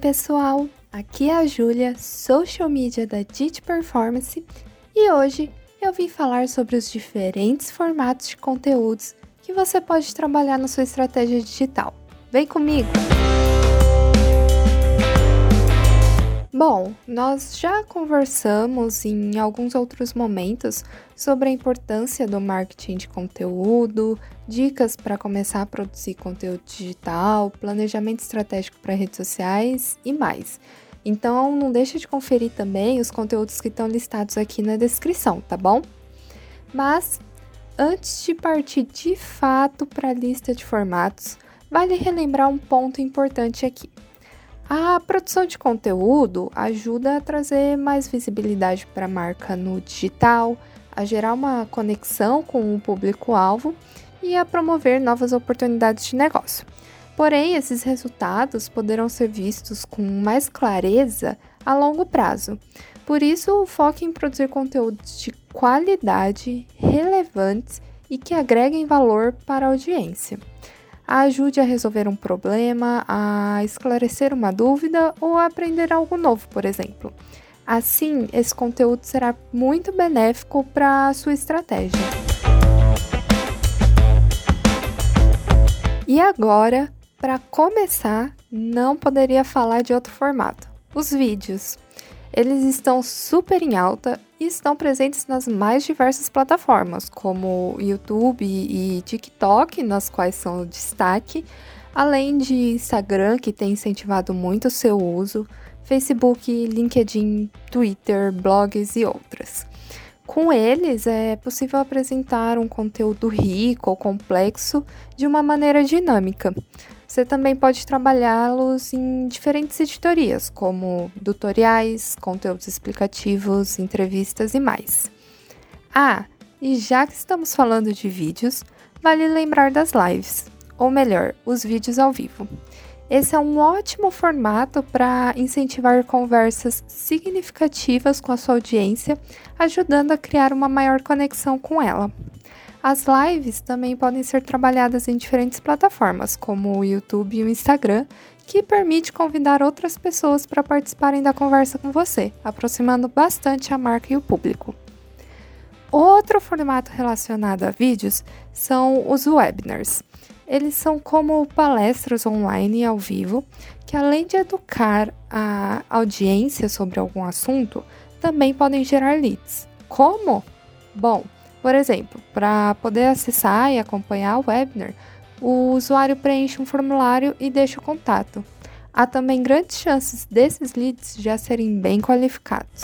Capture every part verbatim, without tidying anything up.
pessoal, aqui é a Júlia, Social Media da Dit Performance, e hoje eu vim falar sobre os diferentes formatos de conteúdos que você pode trabalhar na sua estratégia digital. Vem comigo! Bom, nós já conversamos em alguns outros momentos sobre a importância do marketing de conteúdo, dicas para começar a produzir conteúdo digital, planejamento estratégico para redes sociais e mais. Então, não deixa de conferir também os conteúdos que estão listados aqui na descrição, tá bom? Mas, antes de partir de fato para a lista de formatos, vale relembrar um ponto importante aqui. A produção de conteúdo ajuda a trazer mais visibilidade para a marca no digital, a gerar uma conexão com o público-alvo e a promover novas oportunidades de negócio. Porém, esses resultados poderão ser vistos com mais clareza a longo prazo. Por isso, foque em produzir conteúdos de qualidade, relevantes e que agreguem valor para a audiência. Ajude a resolver um problema, a esclarecer uma dúvida ou a aprender algo novo, por exemplo. Assim, esse conteúdo será muito benéfico para a sua estratégia. E agora, para começar, não poderia falar de outro formato: os vídeos. Eles estão super em alta e estão presentes nas mais diversas plataformas, como YouTube e TikTok, nas quais são o destaque, além de Instagram, que tem incentivado muito o seu uso, Facebook, LinkedIn, Twitter, blogs e outras. Com eles, é possível apresentar um conteúdo rico ou complexo de uma maneira dinâmica. Você também pode trabalhá-los em diferentes editorias, como tutoriais, conteúdos explicativos, entrevistas e mais. Ah, e já que estamos falando de vídeos, vale lembrar das lives, ou melhor, os vídeos ao vivo. Esse é um ótimo formato para incentivar conversas significativas com a sua audiência, ajudando a criar uma maior conexão com ela. As lives também podem ser trabalhadas em diferentes plataformas, como o YouTube e o Instagram, que permite convidar outras pessoas para participarem da conversa com você, aproximando bastante a marca e o público. Outro formato relacionado a vídeos são os webinars. Eles são como palestras online ao vivo, que além de educar a audiência sobre algum assunto, também podem gerar leads. Como? Bom, por exemplo, para poder acessar e acompanhar o webinar, o usuário preenche um formulário e deixa o contato. Há também grandes chances desses leads já serem bem qualificados.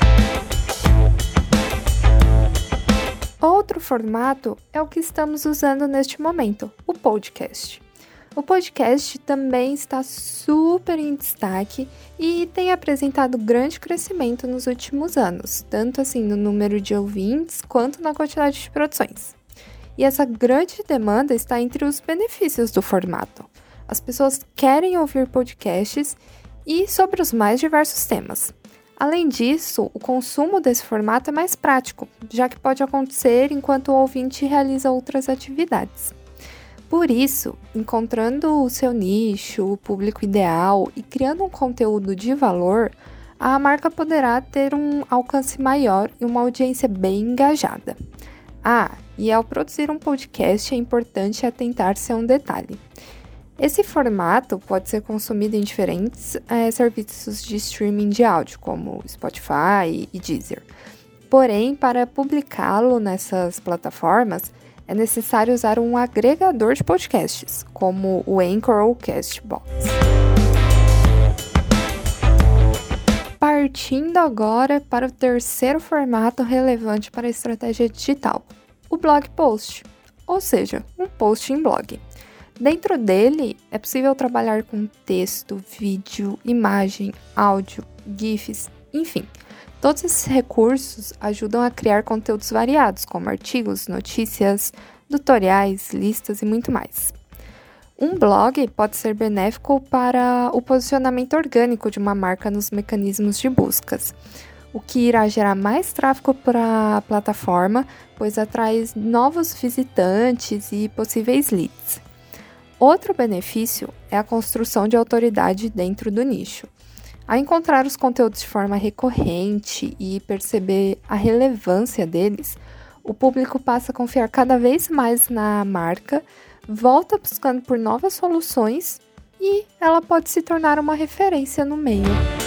Outro formato é o que estamos usando neste momento, o podcast. O podcast também está super em destaque e tem apresentado grande crescimento nos últimos anos, tanto assim no número de ouvintes quanto na quantidade de produções. E essa grande demanda está entre os benefícios do formato. As pessoas querem ouvir podcasts e sobre os mais diversos temas. Além disso, o consumo desse formato é mais prático, já que pode acontecer enquanto o ouvinte realiza outras atividades. Por isso, encontrando o seu nicho, o público ideal e criando um conteúdo de valor, a marca poderá ter um alcance maior e uma audiência bem engajada. Ah, e ao produzir um podcast é importante atentar-se a um detalhe. Esse formato pode ser consumido em diferentes é, serviços de streaming de áudio, como Spotify e Deezer. Porém, para publicá-lo nessas plataformas, é necessário usar um agregador de podcasts, como o Anchor ou o Castbox. Partindo agora para o terceiro formato relevante para a estratégia digital, o blog post, ou seja, um post em blog. Dentro dele, é possível trabalhar com texto, vídeo, imagem, áudio, GIFs, enfim. Todos esses recursos ajudam a criar conteúdos variados, como artigos, notícias, tutoriais, listas e muito mais. Um blog pode ser benéfico para o posicionamento orgânico de uma marca nos mecanismos de buscas, o que irá gerar mais tráfego para a plataforma, pois atrai novos visitantes e possíveis leads. Outro benefício é a construção de autoridade dentro do nicho. Ao encontrar os conteúdos de forma recorrente e perceber a relevância deles, o público passa a confiar cada vez mais na marca, volta buscando por novas soluções e ela pode se tornar uma referência no meio.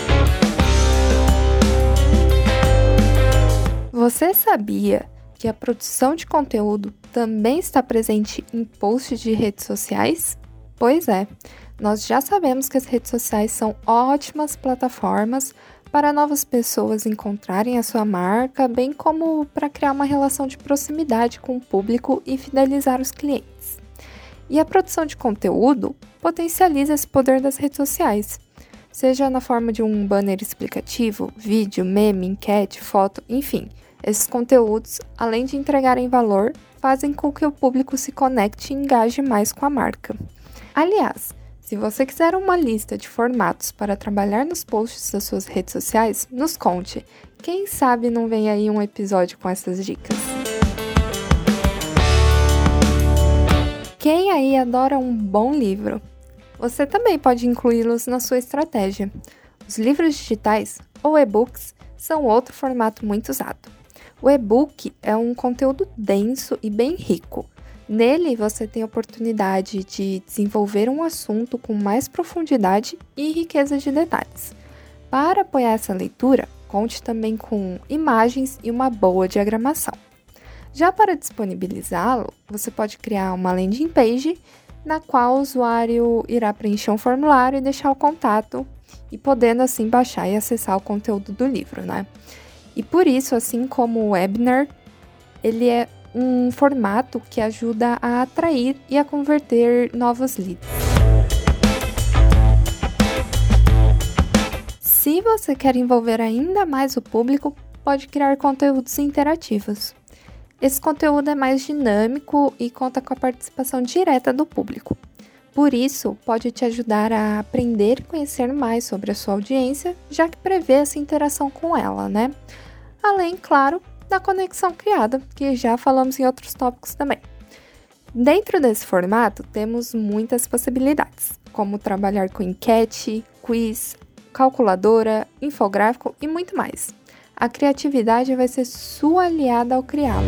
Você sabia que a produção de conteúdo também está presente em posts de redes sociais? Pois é, nós já sabemos que as redes sociais são ótimas plataformas para novas pessoas encontrarem a sua marca, bem como para criar uma relação de proximidade com o público e fidelizar os clientes. E a produção de conteúdo potencializa esse poder das redes sociais, seja na forma de um banner explicativo, vídeo, meme, enquete, foto, enfim. Esses conteúdos, além de entregarem valor, fazem com que o público se conecte e engaje mais com a marca. Aliás, se você quiser uma lista de formatos para trabalhar nos posts das suas redes sociais, nos conte. Quem sabe não vem aí um episódio com essas dicas. Quem aí adora um bom livro? Você também pode incluí-los na sua estratégia. Os livros digitais, ou e-books, são outro formato muito usado. O e-book é um conteúdo denso e bem rico. Nele, você tem a oportunidade de desenvolver um assunto com mais profundidade e riqueza de detalhes. Para apoiar essa leitura, conte também com imagens e uma boa diagramação. Já para disponibilizá-lo, você pode criar uma landing page na qual o usuário irá preencher um formulário e deixar o contato, e podendo assim baixar e acessar o conteúdo do livro, né? E por isso, assim como o webinar, ele é um formato que ajuda a atrair e a converter novos leads. Se você quer envolver ainda mais o público, pode criar conteúdos interativos. Esse conteúdo é mais dinâmico e conta com a participação direta do público. Por isso, pode te ajudar a aprender e conhecer mais sobre a sua audiência, já que prevê essa interação com ela, né? Além, claro, da conexão criada, que já falamos em outros tópicos também. Dentro desse formato, temos muitas possibilidades, como trabalhar com enquete, quiz, calculadora, infográfico e muito mais. A criatividade vai ser sua aliada ao criá-lo.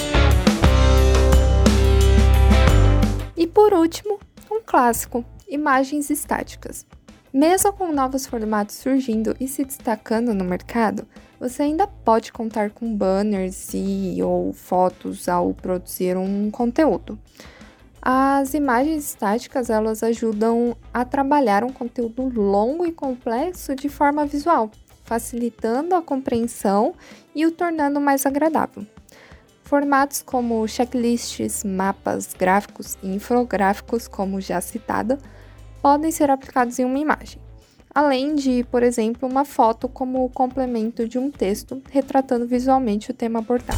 E por último, um clássico, imagens estáticas. Mesmo com novos formatos surgindo e se destacando no mercado, você ainda pode contar com banners e ou fotos ao produzir um conteúdo. As imagens estáticas, elas ajudam a trabalhar um conteúdo longo e complexo de forma visual, facilitando a compreensão e o tornando mais agradável. Formatos como checklists, mapas, gráficos e infográficos, como já citado, podem ser aplicados em uma imagem, além de, por exemplo, uma foto como complemento de um texto retratando visualmente o tema abordado.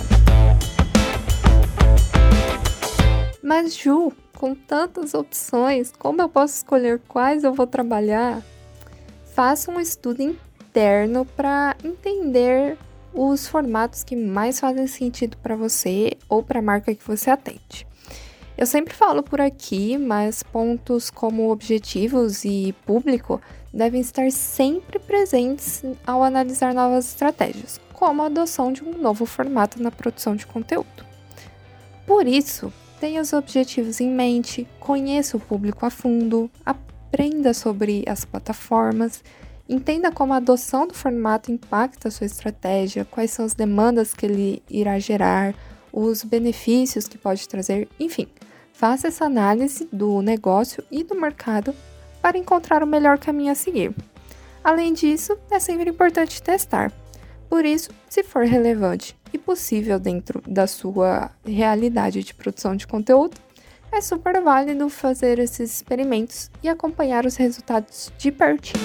Mas Ju, com tantas opções, como eu posso escolher quais eu vou trabalhar? Faça um estudo interno para entender os formatos que mais fazem sentido para você ou para a marca que você atende. Eu sempre falo por aqui, mas pontos como objetivos e público devem estar sempre presentes ao analisar novas estratégias, como a adoção de um novo formato na produção de conteúdo. Por isso, tenha os objetivos em mente, conheça o público a fundo, aprenda sobre as plataformas, entenda como a adoção do formato impacta a sua estratégia, quais são as demandas que ele irá gerar, os benefícios que pode trazer, enfim. Faça essa análise do negócio e do mercado para encontrar o melhor caminho a seguir. Além disso, é sempre importante testar. Por isso, se for relevante e possível dentro da sua realidade de produção de conteúdo, é super válido fazer esses experimentos e acompanhar os resultados de pertinho.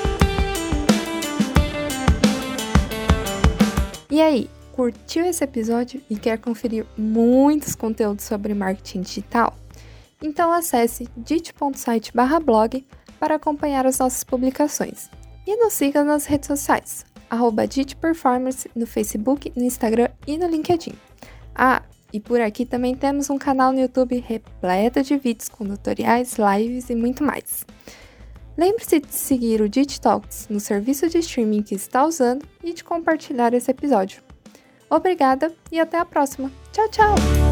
E aí? Curtiu esse episódio e quer conferir muitos conteúdos sobre marketing digital? Então acesse dit ponto site barra blog para acompanhar as nossas publicações. E nos siga nas redes sociais, arroba ditperformance no Facebook, no Instagram e no LinkedIn. Ah, e por aqui também temos um canal no YouTube repleto de vídeos com tutoriais, lives e muito mais. Lembre-se de seguir o Dit Talks no serviço de streaming que está usando e de compartilhar esse episódio. Obrigada e até a próxima. Tchau, tchau!